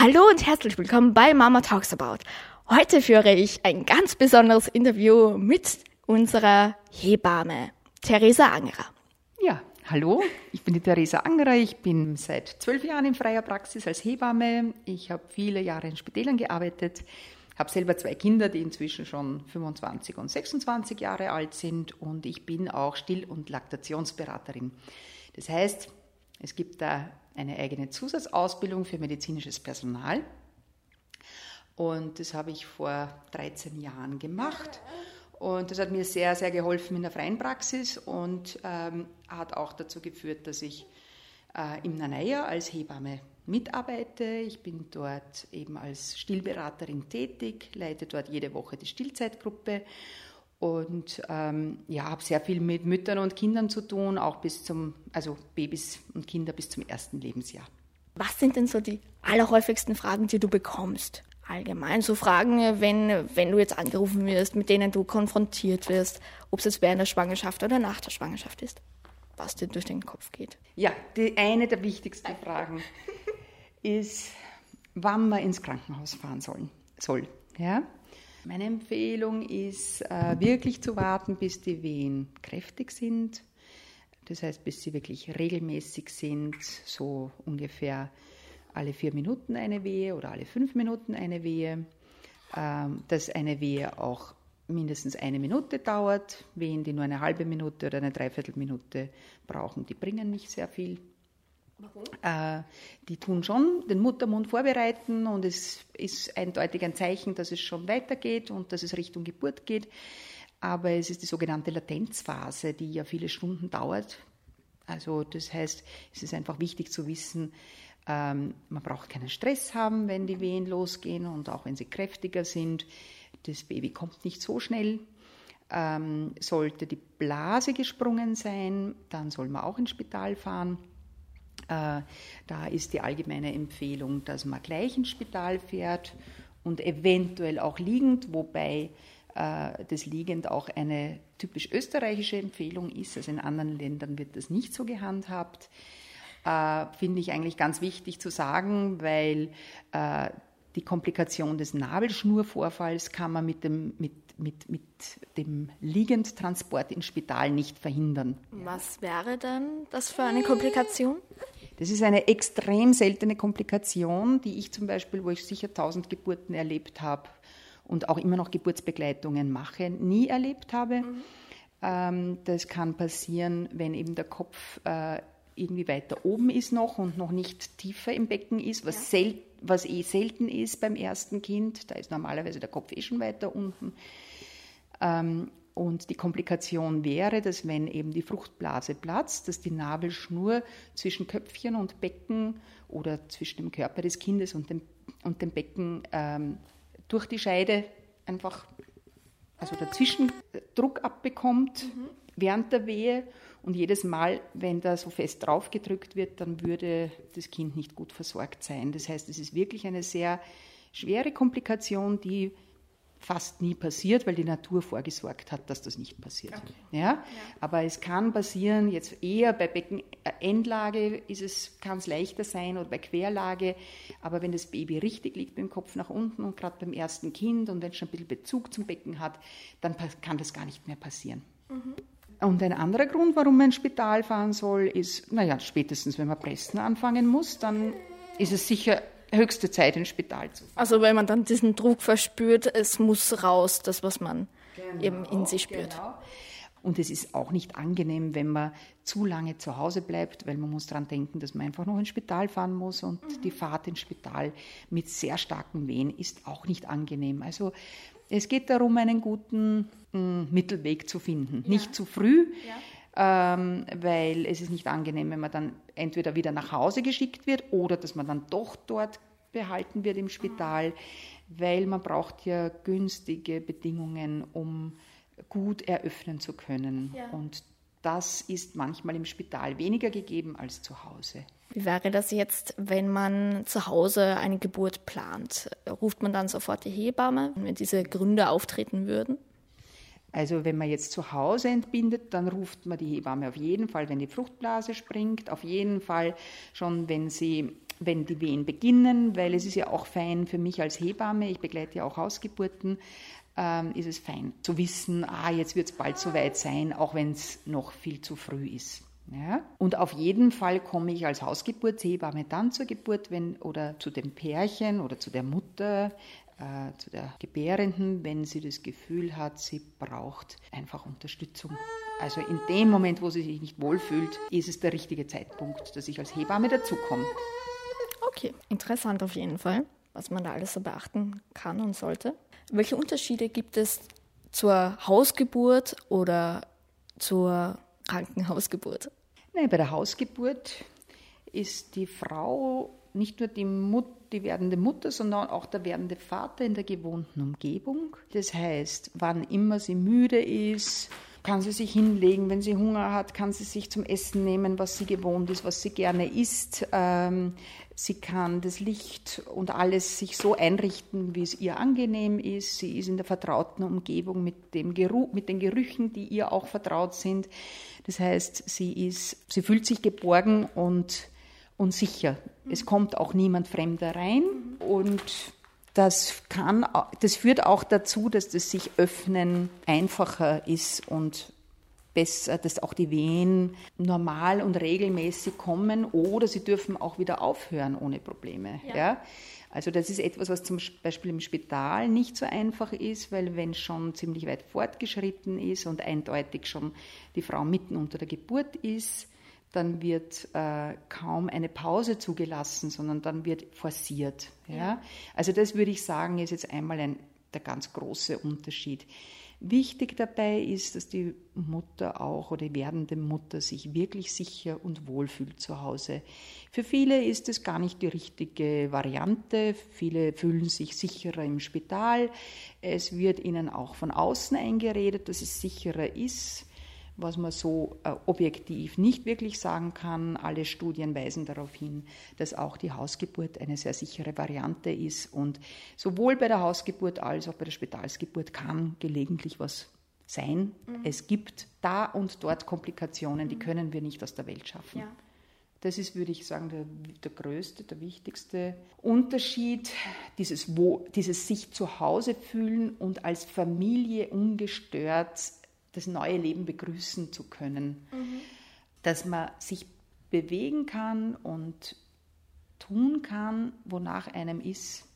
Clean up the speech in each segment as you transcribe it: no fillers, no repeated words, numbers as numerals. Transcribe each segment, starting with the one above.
Hallo und herzlich willkommen bei Mama Talks About. Heute führe ich ein ganz besonderes Interview mit unserer Hebamme, Theresa Angerer. Ja, hallo, ich bin die Theresa Angerer. Ich bin seit 12 Jahren in freier Praxis als Hebamme. Ich habe viele Jahre in Spitälern gearbeitet, habe selber 2 Kinder, die inzwischen schon 25 und 26 Jahre alt sind, und ich bin auch Still- und Laktationsberaterin. Das heißt, es gibt da eine eigene Zusatzausbildung für medizinisches Personal, und das habe ich vor 13 Jahren gemacht, und das hat mir sehr, sehr geholfen in der freien Praxis und hat auch dazu geführt, dass ich im Nanaia als Hebamme mitarbeite. Ich bin dort eben als Stillberaterin tätig, leite dort jede Woche die Stillzeitgruppe und habe sehr viel mit Müttern und Kindern zu tun, auch Babys und Kinder bis zum 1. Lebensjahr. Was sind denn so die allerhäufigsten Fragen, die du bekommst? Allgemein so Fragen, wenn du jetzt angerufen wirst, mit denen du konfrontiert wirst, ob es jetzt während der Schwangerschaft oder nach der Schwangerschaft ist, was dir durch den Kopf geht. Ja, eine der wichtigsten Fragen ist, wann man ins Krankenhaus fahren soll. Ja? Meine Empfehlung ist, wirklich zu warten, bis die Wehen kräftig sind. Das heißt, bis sie wirklich regelmäßig sind, so ungefähr alle 4 Minuten eine Wehe oder alle 5 Minuten eine Wehe. Dass eine Wehe auch mindestens 1 Minute dauert. Wehen, die nur eine halbe Minute oder eine Dreiviertelminute brauchen, die bringen nicht sehr viel. Warum? Die tun schon den Muttermund vorbereiten, und es ist eindeutig ein Zeichen, dass es schon weitergeht und dass es Richtung Geburt geht. Aber es ist die sogenannte Latenzphase, die ja viele Stunden dauert. Also das heißt, es ist einfach wichtig zu wissen, man braucht keinen Stress haben, wenn die Wehen losgehen, und auch wenn sie kräftiger sind. Das Baby kommt nicht so schnell. Sollte die Blase gesprungen sein, dann soll man auch ins Spital fahren. Da ist die allgemeine Empfehlung, dass man gleich ins Spital fährt und eventuell auch liegend, wobei das liegend auch eine typisch österreichische Empfehlung ist. Also in anderen Ländern wird das nicht so gehandhabt. Finde ich eigentlich ganz wichtig zu sagen, weil die Komplikation des Nabelschnurvorfalls kann man mit dem Liegendtransport ins Spital nicht verhindern. Was wäre dann das für eine Komplikation? Das ist eine extrem seltene Komplikation, die ich zum Beispiel, wo ich sicher 1000 Geburten erlebt habe und auch immer noch Geburtsbegleitungen mache, nie erlebt habe. Das kann passieren, wenn eben der Kopf irgendwie weiter oben ist noch und noch nicht tiefer im Becken ist, was selten ist beim ersten Kind. Da ist normalerweise der Kopf schon weiter unten. Und die Komplikation wäre, dass wenn eben die Fruchtblase platzt, dass die Nabelschnur zwischen Köpfchen und Becken oder zwischen dem Körper des Kindes und dem Becken durch die Scheide einfach, also dazwischen Druck abbekommt während der Wehe. Und jedes Mal, wenn da so fest drauf gedrückt wird, dann würde das Kind nicht gut versorgt sein. Das heißt, es ist wirklich eine sehr schwere Komplikation, die fast nie passiert, weil die Natur vorgesorgt hat, dass das nicht passiert. Okay. Ja? Aber es kann passieren, jetzt eher bei Beckenendlage kann es leichter sein oder bei Querlage, aber wenn das Baby richtig liegt mit dem Kopf nach unten und gerade beim ersten Kind und wenn es schon ein bisschen Bezug zum Becken hat, dann kann das gar nicht mehr passieren. Und ein anderer Grund, warum man ins Spital fahren soll, ist, spätestens wenn man pressen anfangen muss, dann ist es sicher höchste Zeit, ins Spital zu fahren. Also wenn man dann diesen Druck verspürt, es muss raus, das, was man eben in sich spürt. Genau. Und es ist auch nicht angenehm, wenn man zu lange zu Hause bleibt, weil man muss daran denken, dass man einfach noch ins Spital fahren muss, und die Fahrt ins Spital mit sehr starken Wehen ist auch nicht angenehm. Also es geht darum, einen guten Mittelweg zu finden. Ja. Nicht zu früh, weil es ist nicht angenehm, wenn man dann entweder wieder nach Hause geschickt wird oder dass man dann doch dort behalten wird im Spital, weil man braucht ja günstige Bedingungen, um gut eröffnen zu können. Ja. Und das ist manchmal im Spital weniger gegeben als zu Hause. Wie wäre das jetzt, wenn man zu Hause eine Geburt plant? Ruft man dann sofort die Hebamme, wenn diese Gründe auftreten würden? Also wenn man jetzt zu Hause entbindet, dann ruft man die Hebamme auf jeden Fall, wenn die Fruchtblase springt, auf jeden Fall schon, wenn die Wehen beginnen, weil es ist ja auch fein für mich als Hebamme, ich begleite ja auch Hausgeburten, ist es fein zu wissen, jetzt wird es bald soweit sein, auch wenn es noch viel zu früh ist. Ja? Und auf jeden Fall komme ich als Hausgeburtshebamme dann zur Geburt, oder zu dem Pärchen oder zu der Mutter, zu der Gebärenden, wenn sie das Gefühl hat, sie braucht einfach Unterstützung. Also in dem Moment, wo sie sich nicht wohlfühlt, ist es der richtige Zeitpunkt, dass ich als Hebamme dazukomme. Okay, interessant auf jeden Fall, was man da alles so beachten kann und sollte. Welche Unterschiede gibt es zur Hausgeburt oder zur Krankenhausgeburt? Nein, bei der Hausgeburt ist die Frau nicht nur die werdende Mutter, sondern auch der werdende Vater in der gewohnten Umgebung. Das heißt, wann immer sie müde ist, kann sie sich hinlegen. Wenn sie Hunger hat, kann sie sich zum Essen nehmen, was sie gewohnt ist, was sie gerne isst. Sie kann das Licht und alles sich so einrichten, wie es ihr angenehm ist. Sie ist in der vertrauten Umgebung mit den Gerüchen, die ihr auch vertraut sind. Das heißt, sie fühlt sich geborgen und sicher. Es kommt auch niemand Fremder rein und das führt auch dazu, dass das sich öffnen einfacher ist und besser, dass auch die Wehen normal und regelmäßig kommen oder sie dürfen auch wieder aufhören ohne Probleme. Ja? Also das ist etwas, was zum Beispiel im Spital nicht so einfach ist, weil wenn schon ziemlich weit fortgeschritten ist und eindeutig schon die Frau mitten unter der Geburt ist, dann wird kaum eine Pause zugelassen, sondern dann wird forciert. Ja? Also das würde ich sagen, ist jetzt einmal der ganz große Unterschied. Wichtig dabei ist, dass die Mutter auch oder die werdende Mutter sich wirklich sicher und wohl fühlt zu Hause. Für viele ist es gar nicht die richtige Variante. Viele fühlen sich sicherer im Spital. Es wird ihnen auch von außen eingeredet, dass es sicherer ist, was man so objektiv nicht wirklich sagen kann. Alle Studien weisen darauf hin, dass auch die Hausgeburt eine sehr sichere Variante ist. Und sowohl bei der Hausgeburt als auch bei der Spitalsgeburt kann gelegentlich was sein. Es gibt da und dort Komplikationen, die können wir nicht aus der Welt schaffen. Ja. Das ist, würde ich sagen, der größte, der wichtigste Unterschied, dieses sich zu Hause fühlen und als Familie ungestört das neue Leben begrüßen zu können, dass man sich bewegen kann und tun kann, wonach einem ist.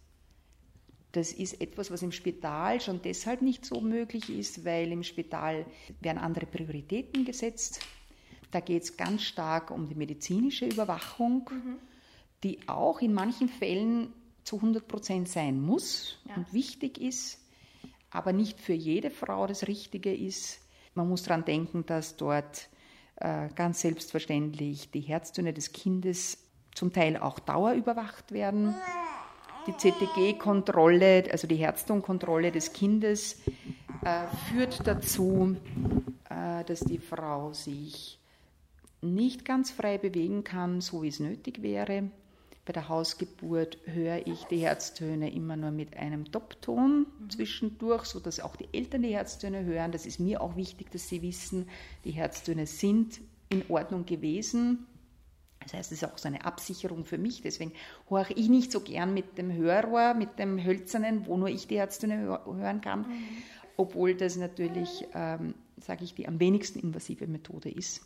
Das ist etwas, was im Spital schon deshalb nicht so möglich ist, weil im Spital werden andere Prioritäten gesetzt. Da geht es ganz stark um die medizinische Überwachung, die auch in manchen Fällen zu 100% sein muss und wichtig ist, aber nicht für jede Frau das Richtige ist. Man muss daran denken, dass dort ganz selbstverständlich die Herztöne des Kindes zum Teil auch dauerüberwacht werden. Die CTG-Kontrolle, also die Herztonkontrolle des Kindes, führt dazu, dass die Frau sich nicht ganz frei bewegen kann, so wie es nötig wäre. Bei der Hausgeburt höre ich die Herztöne immer nur mit einem Topton zwischendurch, sodass auch die Eltern die Herztöne hören. Das ist mir auch wichtig, dass sie wissen, die Herztöne sind in Ordnung gewesen. Das heißt, es ist auch so eine Absicherung für mich. Deswegen horche ich nicht so gern mit dem Hörrohr, mit dem hölzernen, wo nur ich die Herztöne hören kann, obwohl das natürlich, sage ich, die am wenigsten invasive Methode ist.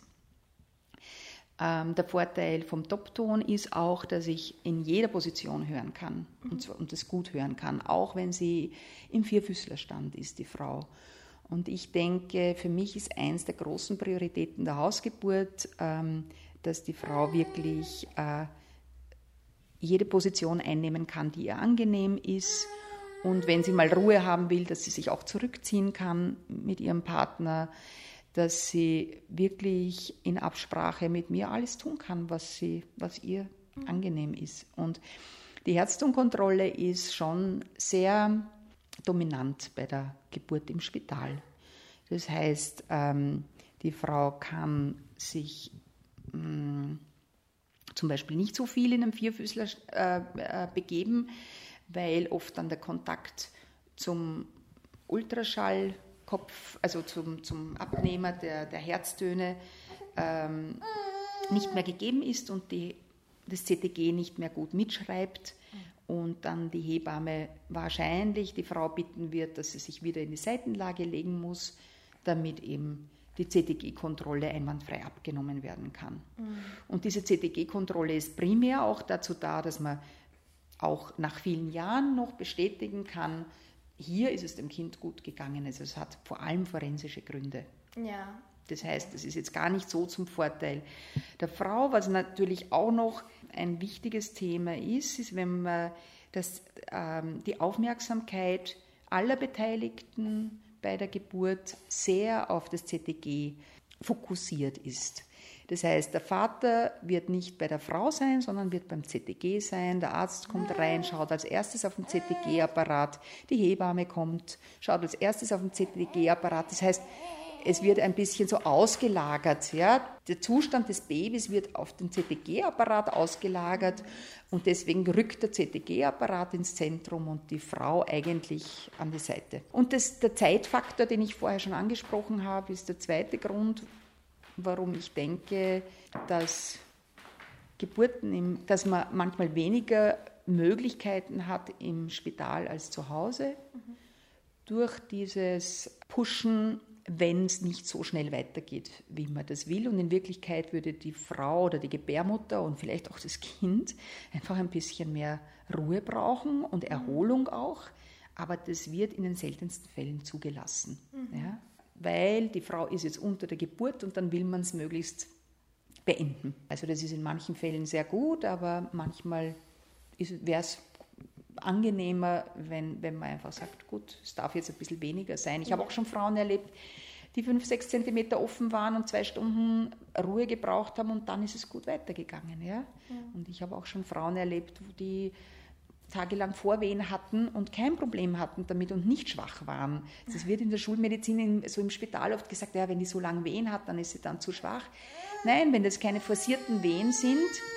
Der Vorteil vom Topton ist auch, dass ich in jeder Position hören kann und das gut hören kann, auch wenn sie im Vierfüßlerstand ist, die Frau. Und ich denke, für mich ist eins der großen Prioritäten der Hausgeburt, dass die Frau wirklich jede Position einnehmen kann, die ihr angenehm ist. Und wenn sie mal Ruhe haben will, dass sie sich auch zurückziehen kann mit ihrem Partner, dass sie wirklich in Absprache mit mir alles tun kann, was ihr angenehm ist. Und die Herztonkontrolle ist schon sehr dominant bei der Geburt im Spital. Das heißt, die Frau kann sich zum Beispiel nicht so viel in einem Vierfüßler begeben, weil oft dann der Kontakt zum Ultraschall also zum Abnehmer der Herztöne nicht mehr gegeben ist und das CTG nicht mehr gut mitschreibt und dann die Hebamme wahrscheinlich die Frau bitten wird, dass sie sich wieder in die Seitenlage legen muss, damit eben die CTG-Kontrolle einwandfrei abgenommen werden kann. Und diese CTG-Kontrolle ist primär auch dazu da, dass man auch nach vielen Jahren noch bestätigen kann, hier ist es dem Kind gut gegangen. Also es hat vor allem forensische Gründe. Ja. Das heißt, das ist jetzt gar nicht so zum Vorteil der Frau. Was natürlich auch noch ein wichtiges Thema ist, wenn man die Aufmerksamkeit aller Beteiligten bei der Geburt sehr auf das ZTG fokussiert ist. Das heißt, der Vater wird nicht bei der Frau sein, sondern wird beim ZTG sein. Der Arzt kommt rein, schaut als erstes auf den ZTG-Apparat. Die Hebamme kommt, schaut als erstes auf den ZTG-Apparat. Das heißt, es wird ein bisschen so ausgelagert. Ja? Der Zustand des Babys wird auf den ZTG-Apparat ausgelagert und deswegen rückt der ZTG-Apparat ins Zentrum und die Frau eigentlich an die Seite. Und der Zeitfaktor, den ich vorher schon angesprochen habe, ist der zweite Grund, warum ich denke, dass dass man manchmal weniger Möglichkeiten hat im Spital als zu Hause. Durch dieses Pushen, wenn es nicht so schnell weitergeht, wie man das will. Und in Wirklichkeit würde die Frau oder die Gebärmutter und vielleicht auch das Kind einfach ein bisschen mehr Ruhe brauchen und Erholung auch. Aber das wird in den seltensten Fällen zugelassen. Ja? Weil die Frau ist jetzt unter der Geburt und dann will man es möglichst beenden. Also das ist in manchen Fällen sehr gut, aber manchmal wäre es angenehmer, wenn man einfach sagt, gut, es darf jetzt ein bisschen weniger sein. Ich habe auch schon Frauen erlebt, die 5-6 Zentimeter offen waren und 2 Stunden Ruhe gebraucht haben und dann ist es gut weitergegangen. Ja? Und ich habe auch schon Frauen erlebt, die tagelang Vorwehen hatten und kein Problem hatten damit und nicht schwach waren. Das wird in der Schulmedizin, so im Spital oft gesagt, ja, wenn die so lange Wehen hat, dann ist sie dann zu schwach. Nein, wenn das keine forcierten Wehen sind,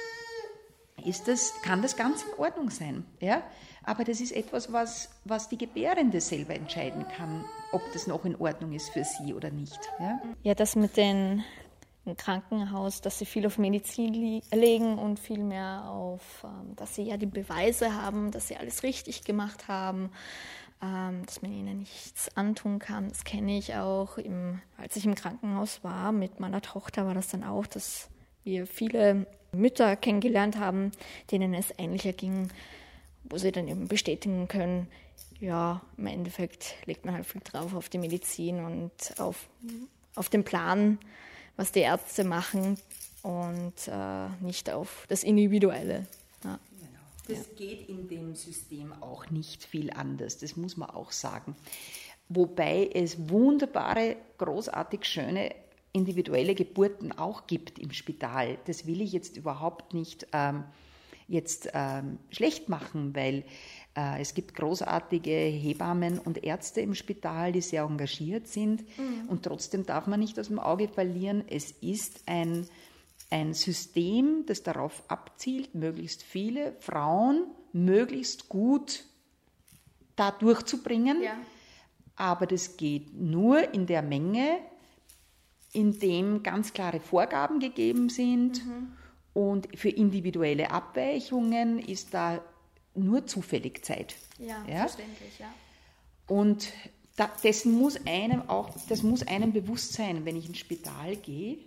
kann das ganz in Ordnung sein. Ja? Aber das ist etwas, was die Gebärende selber entscheiden kann, ob das noch in Ordnung ist für sie oder nicht. Ja, ja, das mit dem Krankenhaus, dass sie viel auf Medizin legen und viel mehr auf, dass sie ja die Beweise haben, dass sie alles richtig gemacht haben, dass man ihnen nichts antun kann. Das kenne ich auch, als ich im Krankenhaus war mit meiner Tochter, war das dann auch, dass wir viele Mütter kennengelernt haben, denen es ähnlicher ging, wo sie dann eben bestätigen können, ja, im Endeffekt legt man halt viel drauf auf die Medizin und auf den Plan, was die Ärzte machen und nicht auf das Individuelle. Ja. Genau. Das geht in dem System auch nicht viel anders, das muss man auch sagen. Wobei es wunderbare, großartig schöne individuelle Geburten auch gibt im Spital. Das will ich jetzt überhaupt nicht schlecht machen, weil es gibt großartige Hebammen und Ärzte im Spital, die sehr engagiert sind. Und trotzdem darf man nicht aus dem Auge verlieren, es ist ein System, das darauf abzielt, möglichst viele Frauen möglichst gut da durchzubringen. Ja. Aber das geht nur in der Menge, in dem ganz klare Vorgaben gegeben sind. Und für individuelle Abweichungen ist da nur zufällig Zeit. Ja, verständlich, ja. Und das muss einem bewusst sein, wenn ich ins Spital gehe,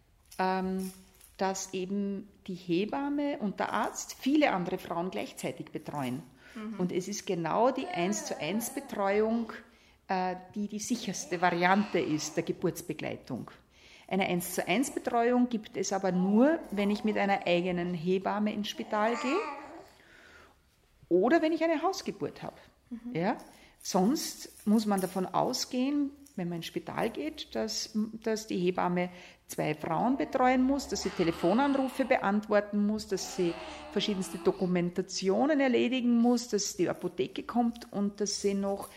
dass eben die Hebamme und der Arzt viele andere Frauen gleichzeitig betreuen. Und es ist genau die 1:1 Betreuung, die sicherste Variante ist der Geburtsbegleitung. Eine 1:1 Betreuung gibt es aber nur, wenn ich mit einer eigenen Hebamme ins Spital gehe oder wenn ich eine Hausgeburt habe. Ja? Sonst muss man davon ausgehen, wenn man ins Spital geht, dass die Hebamme 2 Frauen betreuen muss, dass sie Telefonanrufe beantworten muss, dass sie verschiedenste Dokumentationen erledigen muss, dass die Apotheke kommt und dass sie noch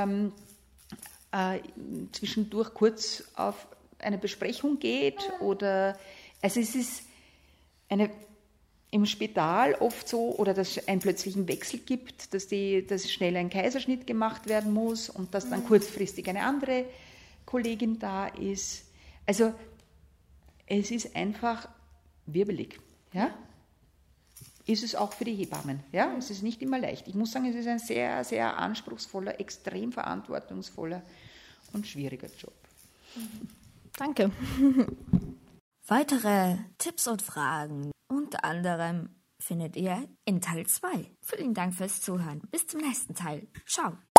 zwischendurch kurz auf eine Besprechung geht oder, also es ist eine im Spital oft so, oder dass es einen plötzlichen Wechsel gibt, dass schnell ein Kaiserschnitt gemacht werden muss und dass dann kurzfristig eine andere Kollegin da ist. Also es ist einfach wirbelig. Ja? Ist es auch für die Hebammen. Ja? Es ist nicht immer leicht. Ich muss sagen, es ist ein sehr, sehr anspruchsvoller, extrem verantwortungsvoller und schwieriger Job. Danke. Weitere Tipps und Fragen unter anderem findet ihr in Teil 2. Vielen Dank fürs Zuhören. Bis zum nächsten Teil. Ciao.